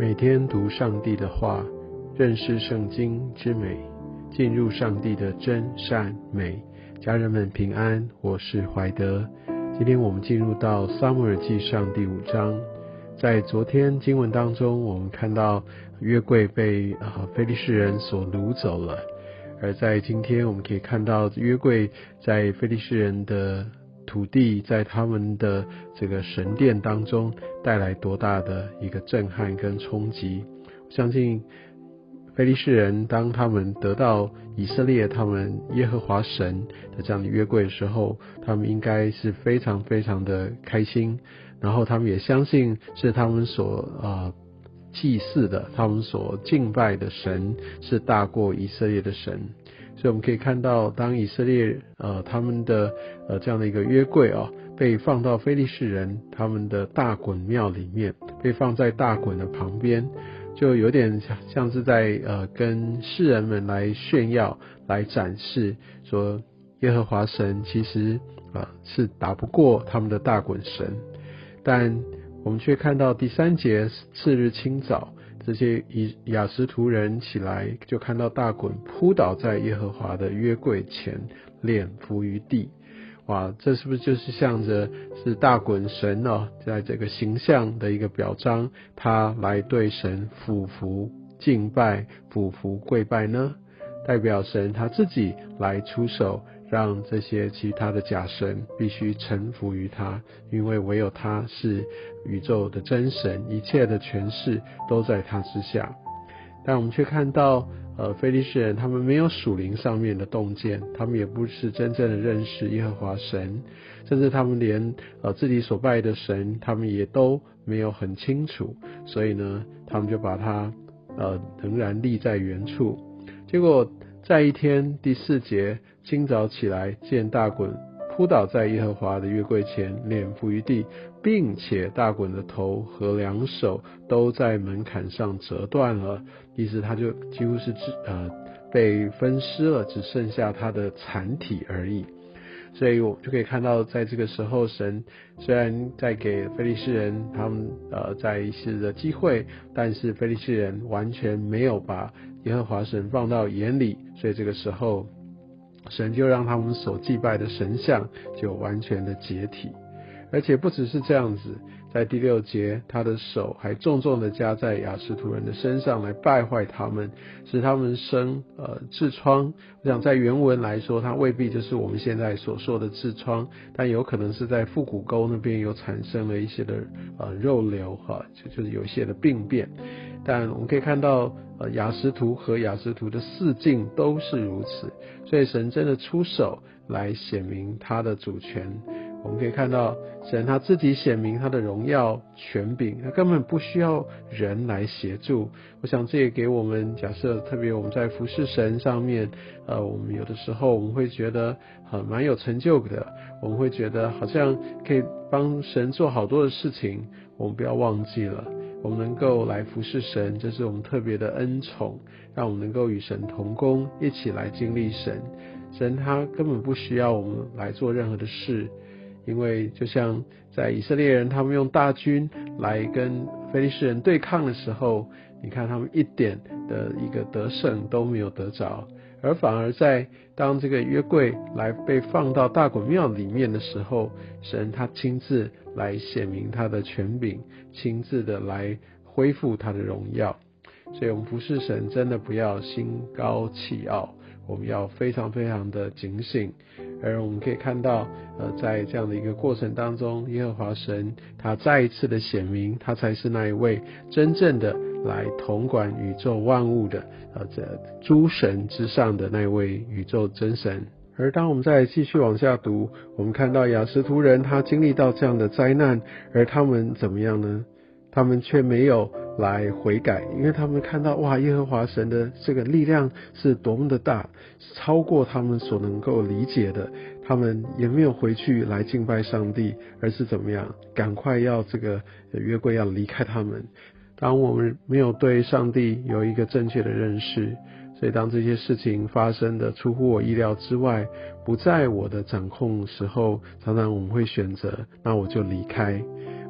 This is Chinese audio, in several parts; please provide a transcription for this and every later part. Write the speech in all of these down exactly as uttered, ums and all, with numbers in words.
每天读上帝的话，认识圣经之美，进入上帝的真善美。家人们平安，我是怀德。今天我们进入到撒母耳记上第五章。在昨天经文当中，我们看到约柜被呃非利士人所掳走了，而在今天我们可以看到约柜在非利士人的土地，在他们的这个神殿当中带来多大的一个震撼跟冲击。我相信非利士人当他们得到以色列他们耶和华神的这样的约柜的时候，他们应该是非常非常的开心，然后他们也相信是他们所呃祭祀的，他们所敬拜的神是大过以色列的神。所以我们可以看到，当以色列呃他们的呃这样的一个约柜啊、哦，被放到非利士人他们的大衮庙里面，被放在大衮的旁边，就有点像是在呃跟世人们来炫耀、来展示，说耶和华神其实啊、呃、是打不过他们的大衮神。但我们却看到第三节，次日清早，这些亚实突人起来，就看到大衮扑倒在耶和华的约柜前，脸伏于地。哇，这是不是就是像着是大衮神哦，在这个形象的一个表彰，他来对神俯伏敬拜、俯伏跪拜呢？代表神他自己来出手，让这些其他的假神必须臣服于他，因为唯有他是宇宙的真神，一切的权势都在他之下。但我们却看到呃，非利士人他们没有属灵上面的洞见，他们也不是真正的认识耶和华神，甚至他们连呃自己所拜的神他们也都没有很清楚，所以呢他们就把它呃仍然立在原处。结果在一天第四节，清早起来，见大衮扑倒在耶和华的约柜前，脸伏于地，并且大衮的头和两手都在门槛上折断了，意思他就几乎是呃被分尸了，只剩下他的残体而已。所以我就可以看到，在这个时候，神虽然在给非利士人他们呃在一次的机会，但是非利士人完全没有把耶和华神放到眼里，所以这个时候神就让他们所祭拜的神像就完全的解体。而且不只是这样子，在第六节，他的手还重重的加在亚实突人的身上，来败坏他们，使他们生呃痔疮。我想在原文来说，它未必就是我们现在所说的痔疮，但有可能是在腹股沟那边有产生了一些的呃肉瘤哈，就就是有一些的病变。但我们可以看到呃亚实突和亚实突的四境都是如此，所以神真的出手来显明他的主权。我们可以看到神他自己显明他的荣耀权柄，他根本不需要人来协助。我想这也给我们，假设特别我们在服侍神上面呃，我们有的时候我们会觉得很蛮有成就的，我们会觉得好像可以帮神做好多的事情。我们不要忘记了，我们能够来服侍神，这是我们特别的恩宠，让我们能够与神同工，一起来经历神。神他根本不需要我们来做任何的事，因为就像在以色列人他们用大军来跟非利士人对抗的时候，你看他们一点的一个得胜都没有得着，而反而在当这个约柜来被放到大衮庙里面的时候，神他亲自来显明他的权柄，亲自的来恢复他的荣耀。所以我们服侍神真的不要心高气傲，我们要非常非常的警醒。而我们可以看到呃，在这样的一个过程当中，耶和华神他再一次的显明，他才是那一位真正的来统管宇宙万物的呃，这诸神之上的那位宇宙真神。而当我们再继续往下读，我们看到亚实突人他经历到这样的灾难，而他们怎么样呢？他们却没有来悔改，因为他们看到哇，耶和华神的这个力量是多么的大，超过他们所能够理解的。他们也没有回去来敬拜上帝，而是怎么样，赶快要这个约柜要离开他们。当我们没有对上帝有一个正确的认识，所以当这些事情发生的出乎我意料之外，不在我的掌控时候，常常我们会选择那我就离开。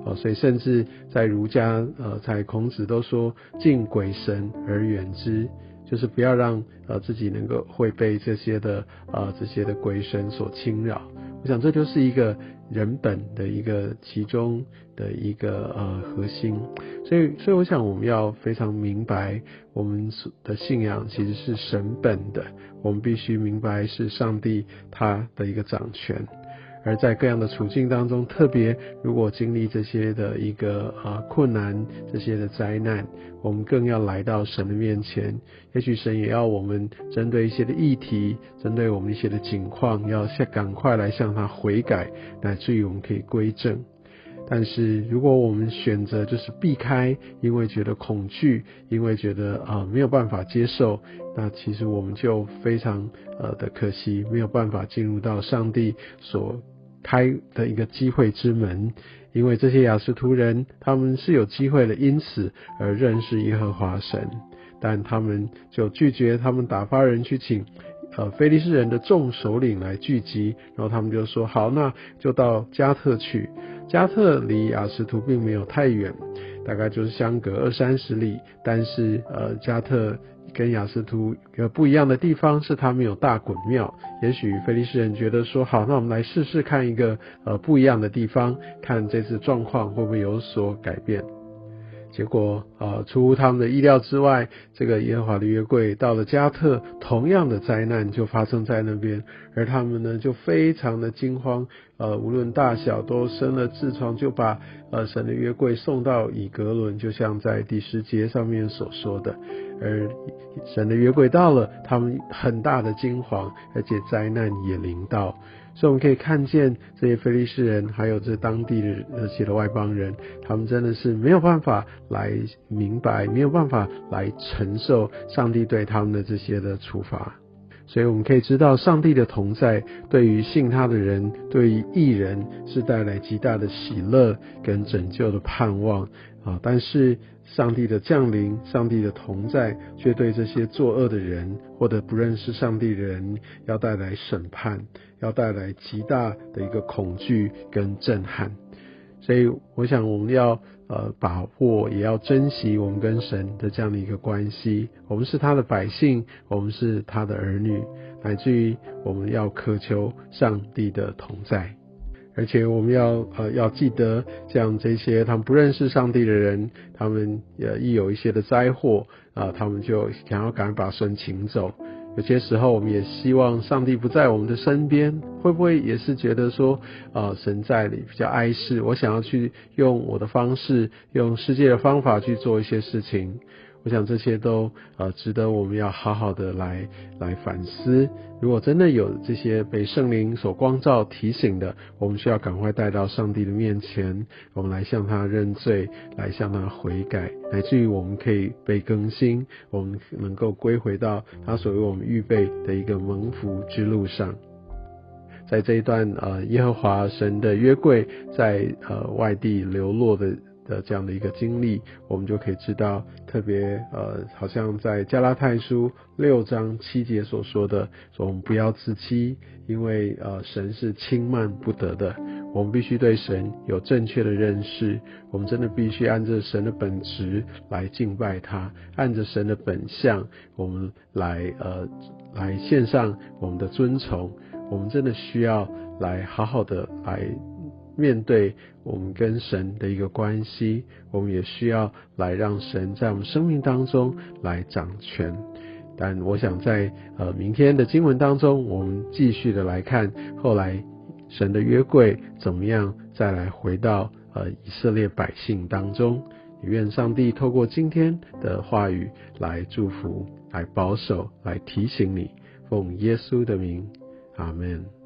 哦，所以甚至在儒家，呃，在孔子都说敬鬼神而远之，就是不要让呃自己能够会被这些的呃这些的鬼神所侵扰。我想这就是一个人本的一个其中的一个呃核心。所以，所以我想我们要非常明白，我们的信仰其实是神本的，我们必须明白是上帝他的一个掌权。而在各样的处境当中，特别如果经历这些的一个呃困难，这些的灾难，我们更要来到神的面前。也许神也要我们针对一些的议题，针对我们一些的境况，要向赶快来向他悔改，乃至于我们可以归正。但是如果我们选择就是避开，因为觉得恐惧，因为觉得啊、呃、没有办法接受，那其实我们就非常呃的可惜，没有办法进入到上帝所开的一个机会之门。因为这些亚实突人他们是有机会的，因此而认识耶和华神，但他们就拒绝，他们打发人去请呃非利士人的众首领来聚集，然后他们就说好，那就到加特去。加特离亚实突并没有太远，大概就是相隔二三十里，但是呃加特跟亚实突有不一样的地方是他们有大衮庙。也许非利士人觉得说好，那我们来试试看一个呃不一样的地方，看这次状况会不会有所改变。结果呃出乎他们的意料之外，这个耶和华的约柜到了加特，同样的灾难就发生在那边，而他们呢就非常的惊慌，呃无论大小都生了痔疮，就把呃神的约柜送到以革伦，就像在第十节上面所说的。而神的约柜到了，他们很大的惊惶，而且灾难也临到。所以我们可以看见这些非利士人还有这当地的那些的外邦人，他们真的是没有办法来明白，没有办法来承受上帝对他们的这些的处罚。所以我们可以知道，上帝的同在对于信他的人，对于义人是带来极大的喜乐跟拯救的盼望啊！但是上帝的降临，上帝的同在，却对这些作恶的人或者不认识上帝的人，要带来审判，要带来极大的一个恐惧跟震撼。所以我想我们要呃把握，也要珍惜我们跟神的这样的一个关系。我们是他的百姓，我们是他的儿女，乃至于我们要渴求上帝的同在。而且我们要呃要记得，像这些他们不认识上帝的人，他们呃一有一些的灾祸啊、呃，他们就想要赶快把神请走。有些时候我们也希望上帝不在我们的身边，会不会也是觉得说呃神在里比较碍事，我想要去用我的方式，用世界的方法去做一些事情。我想这些都呃值得我们要好好的来来反思。如果真的有这些被圣灵所光照提醒的，我们需要赶快带到上帝的面前，我们来向他认罪，来向他悔改，乃至于我们可以被更新，我们能够归回到他所为我们预备的一个蒙福之路上。在这一段呃耶和华神的约柜在呃外地流落的的这样的一个经历，我们就可以知道，特别呃，好像在加拉太书六章七节所说的，说我们不要自欺，因为呃神是轻慢不得的。我们必须对神有正确的认识，我们真的必须按着神的本质来敬拜他，按着神的本相，我们来呃来献上我们的尊崇。我们真的需要来好好的来面对我们跟神的一个关系，我们也需要来让神在我们生命当中来掌权。但我想在呃明天的经文当中，我们继续的来看后来神的约柜怎么样再来回到呃以色列百姓当中。也愿上帝透过今天的话语来祝福，来保守，来提醒你，奉耶稣的名，阿们。